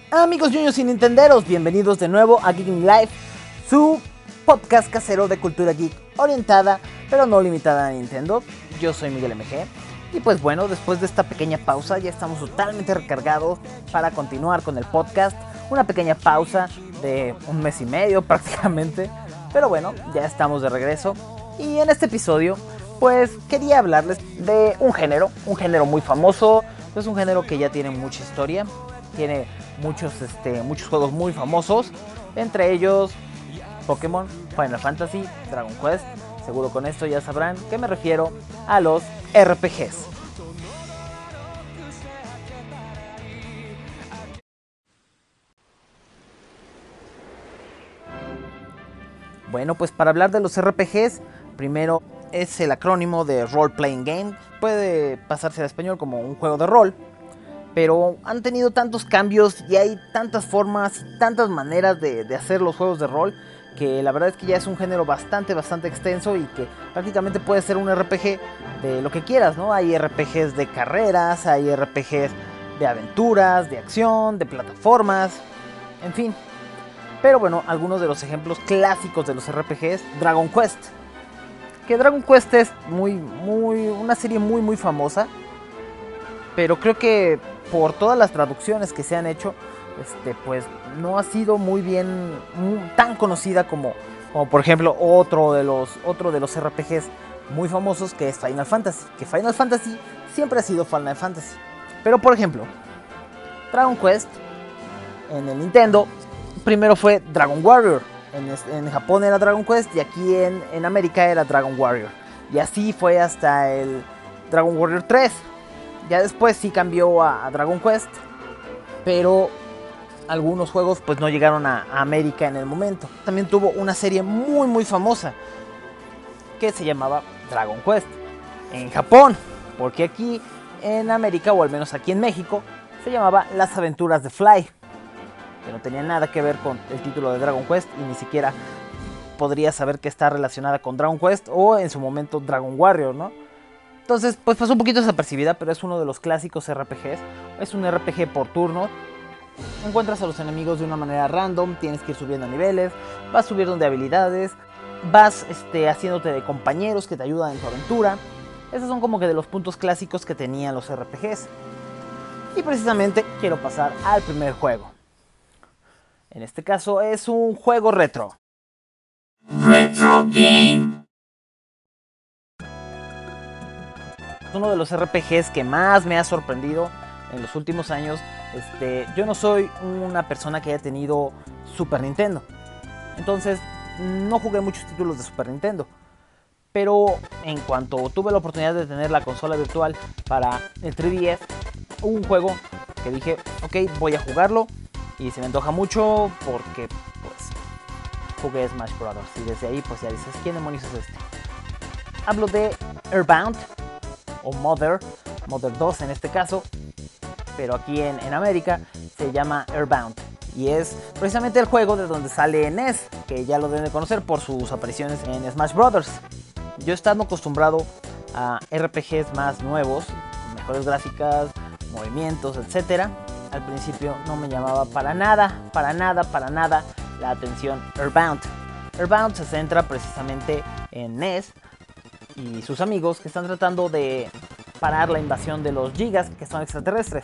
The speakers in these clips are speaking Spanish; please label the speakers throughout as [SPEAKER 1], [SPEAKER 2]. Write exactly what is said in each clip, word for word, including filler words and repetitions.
[SPEAKER 1] Amigos ñoños y nintenderos, bienvenidos de nuevo a Geeking Live, su podcast casero de cultura geek orientada, pero no limitada a Nintendo. Yo soy Miguel M G y pues bueno, después de esta pequeña pausa ya estamos totalmente recargados para continuar con el podcast. Una pequeña pausa de un mes y medio prácticamente, pero bueno, ya estamos de regreso. Y en este episodio pues quería hablarles de un género, un género muy famoso. Es un género que ya tiene mucha historia, tiene muchos, este, muchos juegos muy famosos, entre ellos Pokémon, Final Fantasy, Dragon Quest. Seguro con esto ya sabrán que me refiero a los R P Gs. Bueno, pues para hablar de los R P Gs, primero es el acrónimo de Role Playing Game. Puede pasarse al español como un juego de rol, pero han tenido tantos cambios y hay tantas formas y tantas maneras de, de hacer los juegos de rol, que la verdad es que ya es un género bastante, bastante extenso y que prácticamente puede ser un R P G de lo que quieras, ¿no? Hay R P Gs de carreras, hay R P Gs de aventuras, de acción, de plataformas, en fin. Pero bueno, algunos de los ejemplos clásicos de los R P Gs, Dragon Quest. Que Dragon Quest es muy, muy, una serie muy, muy famosa, pero creo que por todas las traducciones que se han hecho, este, pues no ha sido muy bien, muy, tan conocida como, como por ejemplo otro de los, otro de los R P Gs muy famosos, que es Final Fantasy. Que Final Fantasy siempre ha sido Final Fantasy. Pero por ejemplo, Dragon Quest en el Nintendo primero fue Dragon Warrior. En, en Japón era Dragon Quest y aquí en, en América era Dragon Warrior. Y así fue hasta el Dragon Warrior tres. Ya después sí cambió a, a Dragon Quest, pero algunos juegos pues no llegaron a, a América en el momento. También tuvo una serie muy muy famosa que se llamaba Dragon Quest en Japón, porque aquí en América, o al menos aquí en México, se llamaba Las Aventuras de Fly, que no tenía nada que ver con el título de Dragon Quest y ni siquiera podría saber que está relacionada con Dragon Quest o en su momento Dragon Warrior, ¿no? Entonces, pues pasó un poquito desapercibida, pero es uno de los clásicos R P Gs. Es un R P G por turno. Encuentras a los enemigos de una manera random, tienes que ir subiendo niveles, vas subiendo de habilidades, vas este, haciéndote de compañeros que te ayudan en tu aventura. Esos son como que de los puntos clásicos que tenían los R P Gs. Y precisamente quiero pasar al primer juego. En este caso es un juego retro. Retro Game. Uno de los R P Gs que más me ha sorprendido en los últimos años. Este, yo no soy una persona que haya tenido Super Nintendo, entonces no jugué muchos títulos de Super Nintendo. Pero en cuanto tuve la oportunidad de tener la consola virtual para el tres D S, hubo un juego que dije, ok, voy a jugarlo. Y se me antoja mucho porque pues jugué Smash Brothers. Y desde ahí pues ya dices, ¿quién demonios es este? Hablo de Earthbound o Mother, Mother dos en este caso, pero aquí en, en América se llama Earthbound. Y es precisamente el juego de donde sale Ness, que ya lo deben de conocer por sus apariciones en Smash Brothers. Yo estando acostumbrado a R P Gs más nuevos, con mejores gráficas, movimientos, etcétera, al principio no me llamaba para nada, para nada, para nada la atención Earthbound. Earthbound se centra precisamente en Ness y sus amigos que están tratando de parar la invasión de los Gigas, que son extraterrestres.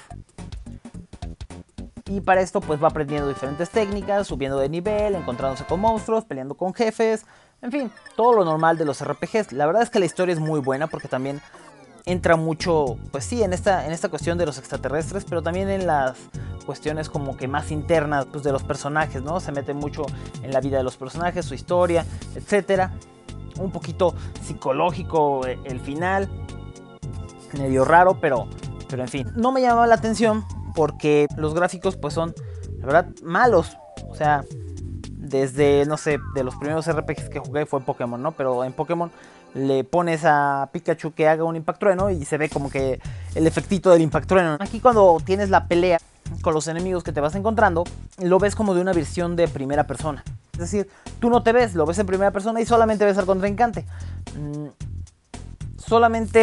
[SPEAKER 1] Y para esto pues va aprendiendo diferentes técnicas, subiendo de nivel, encontrándose con monstruos, peleando con jefes, en fin, todo lo normal de los R P Gs. La verdad es que la historia es muy buena porque también entra mucho, pues sí, en esta, en esta cuestión de los extraterrestres, pero también en las cuestiones como que más internas pues, de los personajes, ¿no? Se mete mucho en la vida de los personajes, su historia, etcétera. Un poquito psicológico el final, medio raro, pero, pero en fin. No me llamaba la atención porque los gráficos pues son, la verdad, malos. O sea, desde, no sé, de los primeros R P Gs que jugué fue Pokémon, ¿no? Pero en Pokémon le pones a Pikachu que haga un impactrueno y se ve como que el efectito del impactrueno. Aquí cuando tienes la pelea con los enemigos que te vas encontrando, lo ves como de una versión de primera persona. Es decir, tú no te ves, lo ves en primera persona y solamente ves al contrincante. Mm, solamente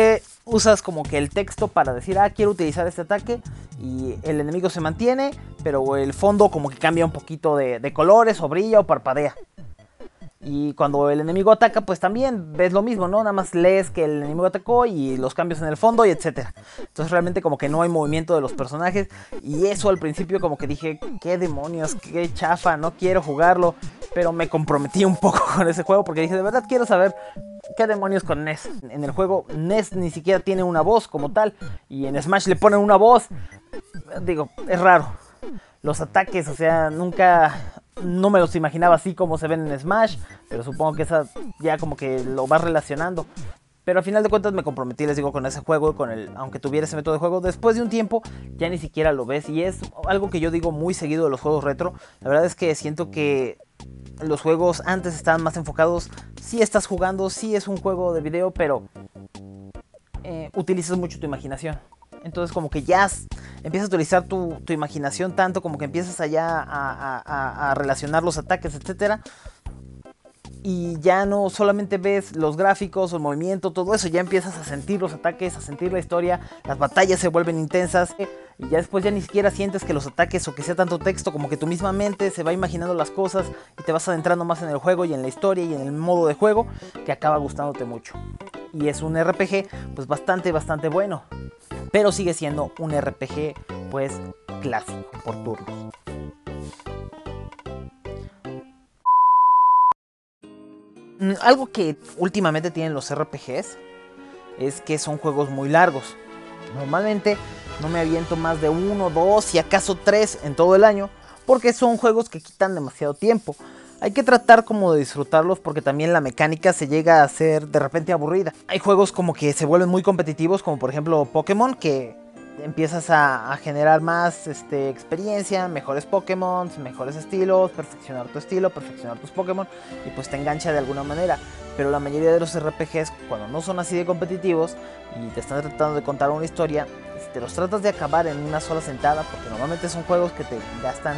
[SPEAKER 1] usas como que el texto para decir, ah, quiero utilizar este ataque, y el enemigo se mantiene, pero el fondo como que cambia un poquito de, de colores, o brilla o parpadea. Y cuando el enemigo ataca, pues también ves lo mismo, ¿no? Nada más lees que el enemigo atacó y los cambios en el fondo y etcétera. Entonces realmente como que no hay movimiento de los personajes. Y eso al principio como que dije, qué demonios, qué chafa, no quiero jugarlo. Pero me comprometí un poco con ese juego porque dije, de verdad quiero saber qué demonios con Ness. En el juego Ness ni siquiera tiene una voz como tal. Y en Smash le ponen una voz. Digo, es raro. Los ataques, o sea, nunca... No me los imaginaba así como se ven en Smash, pero supongo que esa ya como que lo vas relacionando. Pero al final de cuentas me comprometí, les digo, con ese juego, con el, aunque tuviera ese método de juego. Después de un tiempo ya ni siquiera lo ves, y es algo que yo digo muy seguido de los juegos retro. La verdad es que siento que los juegos antes estaban más enfocados. Sí estás jugando, sí es un juego de video, pero eh, utilizas mucho tu imaginación. Entonces como que ya empiezas a utilizar tu, tu imaginación tanto, como que empiezas allá a, a, a, a relacionar los ataques, etcétera. Y ya no solamente ves los gráficos, el movimiento, todo eso, ya empiezas a sentir los ataques, a sentir la historia, las batallas se vuelven intensas. Y ya después ya ni siquiera sientes que los ataques o que sea tanto texto, como que tu misma mente se va imaginando las cosas y te vas adentrando más en el juego y en la historia y en el modo de juego, que acaba gustándote mucho. Y es un R P G pues bastante, bastante bueno. Pero sigue siendo un R P G pues clásico por turnos. Algo que últimamente tienen los R P Gs es que son juegos muy largos. Normalmente no me aviento más de uno, dos y acaso tres en todo el año, porque son juegos que quitan demasiado tiempo. Hay que tratar como de disfrutarlos porque también la mecánica se llega a hacer de repente aburrida. Hay juegos como que se vuelven muy competitivos, como por ejemplo Pokémon, que empiezas a, a generar más este, experiencia, mejores Pokémon, mejores estilos, perfeccionar tu estilo, perfeccionar tus Pokémon, y pues te engancha de alguna manera. Pero la mayoría de los R P Gs, cuando no son así de competitivos y te están tratando de contar una historia, te los tratas de acabar en una sola sentada, porque normalmente son juegos que te gastan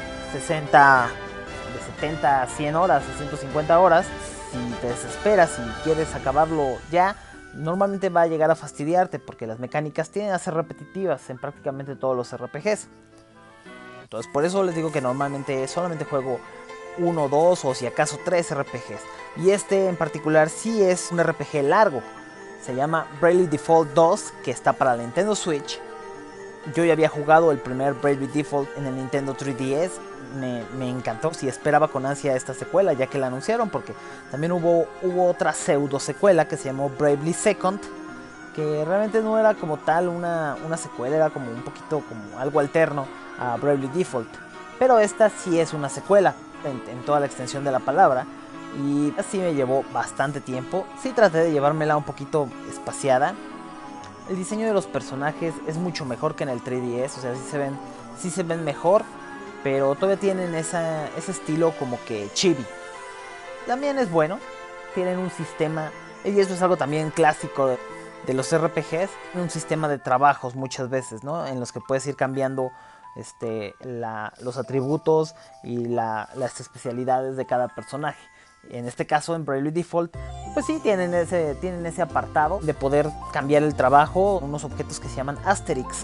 [SPEAKER 1] sesenta, de setenta a cien horas, a ciento cincuenta horas. Si te desesperas y quieres acabarlo ya, normalmente va a llegar a fastidiarte, porque las mecánicas tienden a ser repetitivas en prácticamente todos los R P Gs. Entonces por eso les digo que normalmente solamente juego uno, dos o si acaso tres R P Gs. Y este en particular sí es un R P G largo. Se llama Bravely Default dos, que está para la Nintendo Switch. Yo ya había jugado el primer Bravely Default en el Nintendo tres D S. Me, me encantó, sí esperaba con ansia esta secuela ya que la anunciaron, porque también hubo, hubo otra pseudo secuela que se llamó Bravely Second, que realmente no era como tal una, una secuela, era como un poquito como algo alterno a Bravely Default. Pero esta sí es una secuela en, en toda la extensión de la palabra, y así me llevó bastante tiempo. Sí traté de llevármela un poquito espaciada. El diseño de los personajes es mucho mejor que en el tres D S, o sea, sí se ven, sí se ven mejor, pero todavía tienen esa, ese estilo como que chibi. También es bueno, tienen un sistema, y eso es algo también clásico de, de los R P Gs, un sistema de trabajos muchas veces, ¿no? En los que puedes ir cambiando este, la, los atributos y la, las especialidades de cada personaje. En este caso, en Bravely Default, pues sí, tienen ese, tienen ese apartado de poder cambiar el trabajo, unos objetos que se llaman asterisks,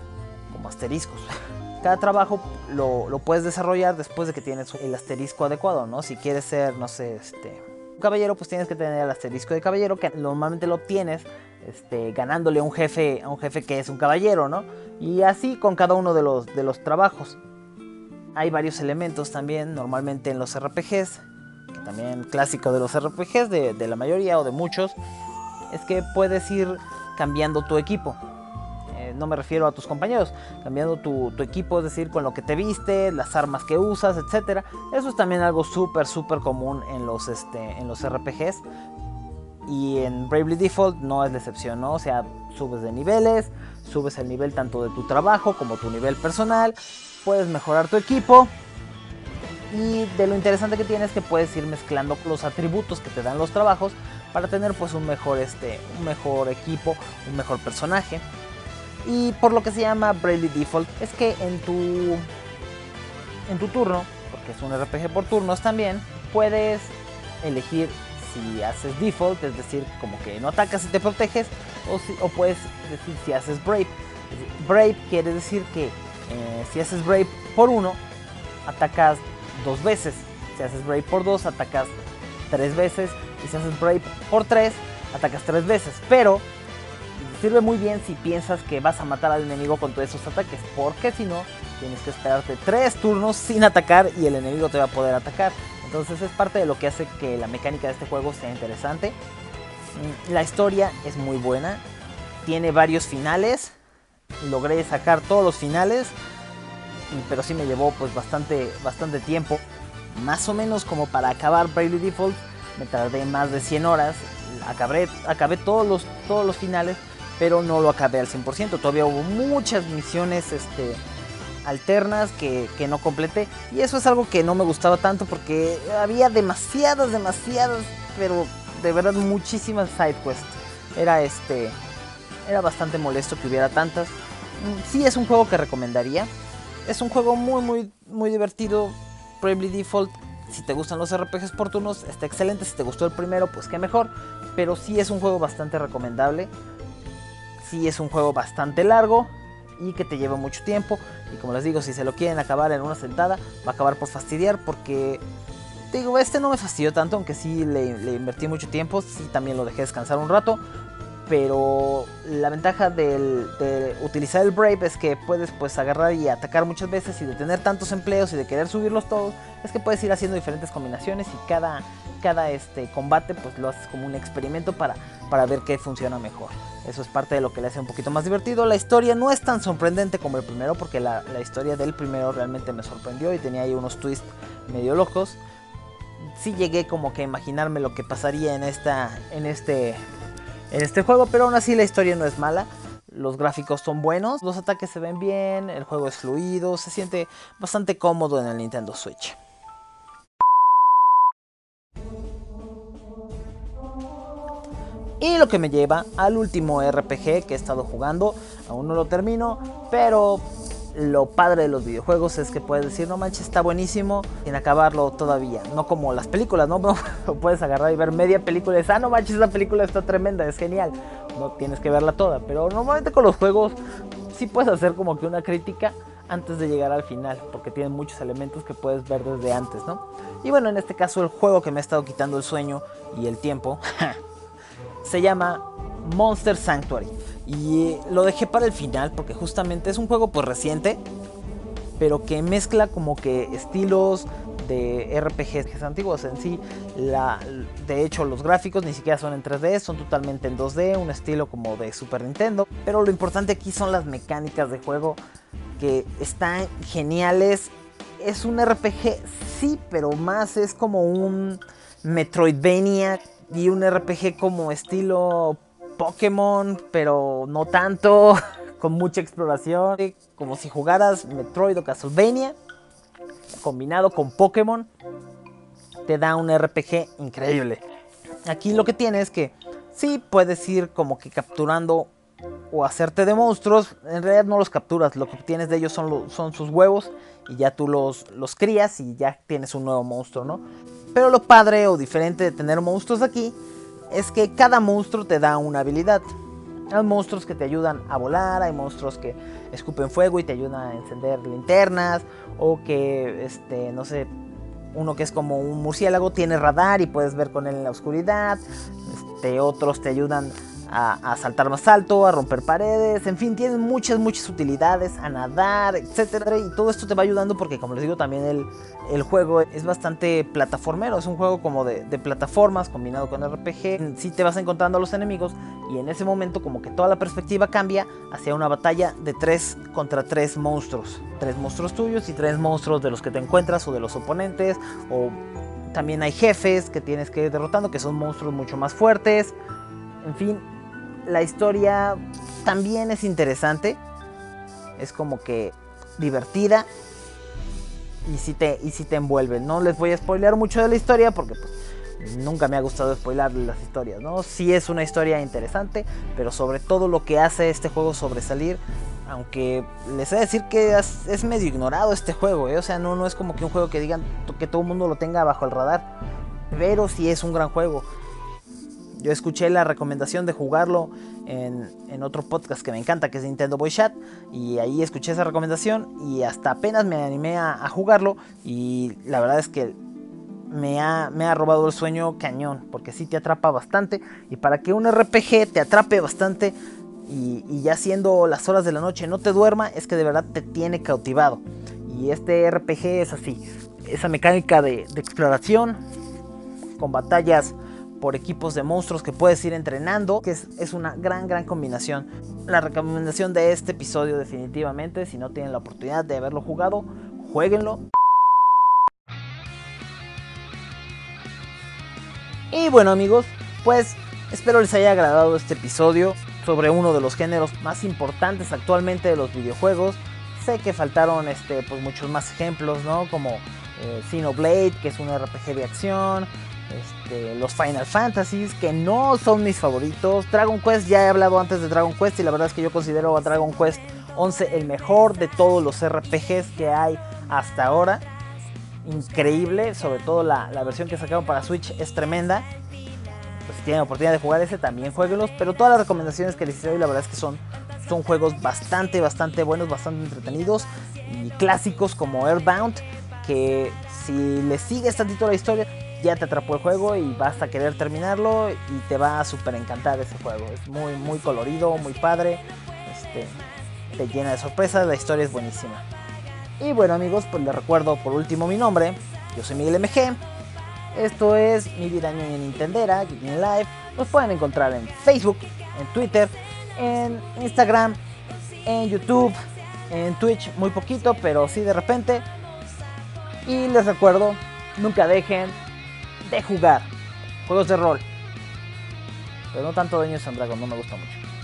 [SPEAKER 1] como asteriscos. Cada trabajo lo, lo puedes desarrollar después de que tienes el asterisco adecuado, ¿no? Si quieres ser, no sé, este, un caballero, pues tienes que tener el asterisco de caballero, que normalmente lo tienes este, ganándole a un jefe, a un jefe que es un caballero, ¿no? Y así con cada uno de los, de los trabajos. Hay varios elementos también, normalmente en los R P Gs, que también clásico de los R P Gs, de, de la mayoría o de muchos, es que puedes ir cambiando tu equipo. Eh, no me refiero a tus compañeros, cambiando tu, tu equipo, es decir, con lo que te viste, las armas que usas, etcétera. Eso es también algo súper, súper común en los, este, en los R P Gs. Y en Bravely Default no es la excepción, ¿no? O sea, subes de niveles, subes el nivel tanto de tu trabajo como tu nivel personal, puedes mejorar tu equipo. Y de lo interesante que tiene es que puedes ir mezclando los atributos que te dan los trabajos para tener pues un mejor, este, un mejor equipo, un mejor personaje. Y por lo que se llama Bravely Default es que en tu, en tu turno, porque es un R P G por turnos también, puedes elegir si haces default, es decir, como que no atacas y te proteges, o, si, o puedes decir si haces brave. Brave quiere decir que eh, si haces brave por uno, atacas dos veces. Si haces brave por dos, atacas tres veces. Y si haces brave por tres, atacas tres veces. Pero sirve muy bien si piensas que vas a matar al enemigo con todos esos ataques, porque si no, tienes que esperarte tres turnos sin atacar y el enemigo te va a poder atacar. Entonces es parte de lo que hace que la mecánica de este juego sea interesante. La historia es muy buena, tiene varios finales, logré sacar todos los finales, pero sí me llevó pues bastante, bastante tiempo. Más o menos como para acabar Bravely Default me tardé más de cien horas, acabé, acabé todos, los, todos los finales, pero no lo acabé al cien por ciento, todavía hubo muchas misiones este, alternas que, que no completé, y eso es algo que no me gustaba tanto porque había demasiadas, demasiadas, pero de verdad muchísimas side quests. Era, este, era bastante molesto que hubiera tantas. Sí es un juego que recomendaría, es un juego muy muy muy divertido, Bravely Default. Si te gustan los R P Gs por turnos, está excelente. Si te gustó el primero, pues qué mejor. Pero sí es un juego bastante recomendable. Sí es un juego bastante largo y que te lleva mucho tiempo. Y como les digo, si se lo quieren acabar en una sentada, va a acabar por fastidiar. Porque, digo, este no me fastidió tanto, aunque sí le, le invertí mucho tiempo. Sí también lo dejé descansar un rato. Pero la ventaja del, de utilizar el Brave es que puedes pues agarrar y atacar muchas veces, y de tener tantos empleos y de querer subirlos todos, es que puedes ir haciendo diferentes combinaciones, y cada, cada este, combate pues lo haces como un experimento para, para ver qué funciona mejor. Eso es parte de lo que le hace un poquito más divertido. La historia no es tan sorprendente como el primero, porque la, la historia del primero realmente me sorprendió y tenía ahí unos twists medio locos. Sí llegué como que a imaginarme lo que pasaría en, esta, en este... en este juego, pero aún así la historia no es mala. Los gráficos son buenos, los ataques se ven bien, el juego es fluido, se siente bastante cómodo en el Nintendo Switch. Y lo que me lleva al último R P G que he estado jugando. Aún no lo termino, pero lo padre de los videojuegos es que puedes decir, no manches, está buenísimo, sin acabarlo todavía. No como las películas, ¿no? Puedes agarrar y ver media película y decir, ah, no manches, esa película está tremenda, es genial. No tienes que verla toda, pero normalmente con los juegos sí puedes hacer como que una crítica antes de llegar al final, porque tienen muchos elementos que puedes ver desde antes, ¿no? Y bueno, en este caso el juego que me ha estado quitando el sueño y el tiempo se llama Monster Sanctuary. Y lo dejé para el final porque justamente es un juego pues reciente, pero que mezcla como que estilos de R P Gs antiguos en sí. La, de hecho los gráficos ni siquiera son en tres D, son totalmente en dos D, un estilo como de Super Nintendo. Pero lo importante aquí son las mecánicas de juego, que están geniales. Es un R P G, sí, pero más es como un Metroidvania y un R P G como estilo Pokémon, pero no tanto, con mucha exploración, como si jugaras Metroid o Castlevania combinado con Pokémon. Te da un R P G increíble. Aquí lo que tienes es que sí puedes ir como que capturando o hacerte de monstruos. En realidad no los capturas, lo que obtienes de ellos son, lo, son sus huevos, y ya tú los, los crías y ya tienes un nuevo monstruo, ¿no? Pero lo padre o diferente de tener monstruos aquí es que cada monstruo te da una habilidad. Hay monstruos que te ayudan a volar, hay monstruos que escupen fuego y te ayudan a encender linternas, o que, este, no sé, uno que es como un murciélago tiene radar y puedes ver con él en la oscuridad. Este, otros te ayudan a, a saltar más alto, a romper paredes, en fin, tienen muchas, muchas utilidades, a nadar, etcétera. Y todo esto te va ayudando porque, como les digo, también el, el juego es bastante plataformero, es un juego como de, de plataformas combinado con R P G. Sí te vas encontrando a los enemigos y en ese momento como que toda la perspectiva cambia hacia una batalla de tres contra tres monstruos. Tres monstruos tuyos y tres monstruos de los que te encuentras o de los oponentes, o también hay jefes que tienes que ir derrotando, que son monstruos mucho más fuertes. En fin, la historia también es interesante, es como que divertida y sí te, y sí te envuelve. No les voy a spoilear mucho de la historia porque pues, nunca me ha gustado spoilear las historias, ¿no? Sí es una historia interesante, pero sobre todo lo que hace este juego sobresalir, aunque les he de decir que es, es medio ignorado este juego, ¿eh? O sea, no, no es como que un juego que digan que todo el mundo lo tenga bajo el radar, pero sí es un gran juego. Yo escuché la recomendación de jugarlo en, en otro podcast que me encanta, que es Nintendo Boy Chat, y ahí escuché esa recomendación y hasta apenas me animé a, a jugarlo, y la verdad es que me ha, me ha robado el sueño cañón, porque sí te atrapa bastante, y para que un R P G te atrape bastante y, y ya siendo las horas de la noche no te duerma, es que de verdad te tiene cautivado. Y este R P G es así, esa mecánica de, de exploración, con batallas por equipos de monstruos que puedes ir entrenando, que es, es una gran gran combinación. La recomendación de este episodio definitivamente, si no tienen la oportunidad de haberlo jugado, jueguenlo. Y bueno amigos, pues espero les haya agradado este episodio sobre uno de los géneros más importantes actualmente de los videojuegos. Sé que faltaron este, pues muchos más ejemplos, ¿no? Como eh, Xenoblade, que es un R P G de acción. Este, los Final Fantasies, que no son mis favoritos. Dragon Quest, ya he hablado antes de Dragon Quest y la verdad es que yo considero a Dragon Quest once el mejor de todos los R P Gs que hay hasta ahora. Increíble, sobre todo la, la versión que sacaron para Switch es tremenda. Pues si tienen oportunidad de jugar ese, también jueguenlos. Pero todas las recomendaciones que les hice hoy, la verdad es que son, son juegos bastante, bastante buenos, bastante entretenidos y clásicos como Earthbound, que si le sigues tantito la historia, ya te atrapó el juego y vas a querer terminarlo y te va a súper encantar ese juego. Es muy, muy colorido, muy padre, este, te llena de sorpresas, la historia es buenísima. Y bueno amigos, pues les recuerdo por último mi nombre. Yo soy Miguel M G. Esto es Mi Vida Ñoña Nintendera, Geeking Live. Los pueden encontrar en Facebook, en Twitter, en Instagram, en YouTube, en Twitch, muy poquito, pero sí de repente. Y les recuerdo, nunca dejen de jugar juegos de rol. Pero no tanto Dungeons and Dragons, no me gusta mucho.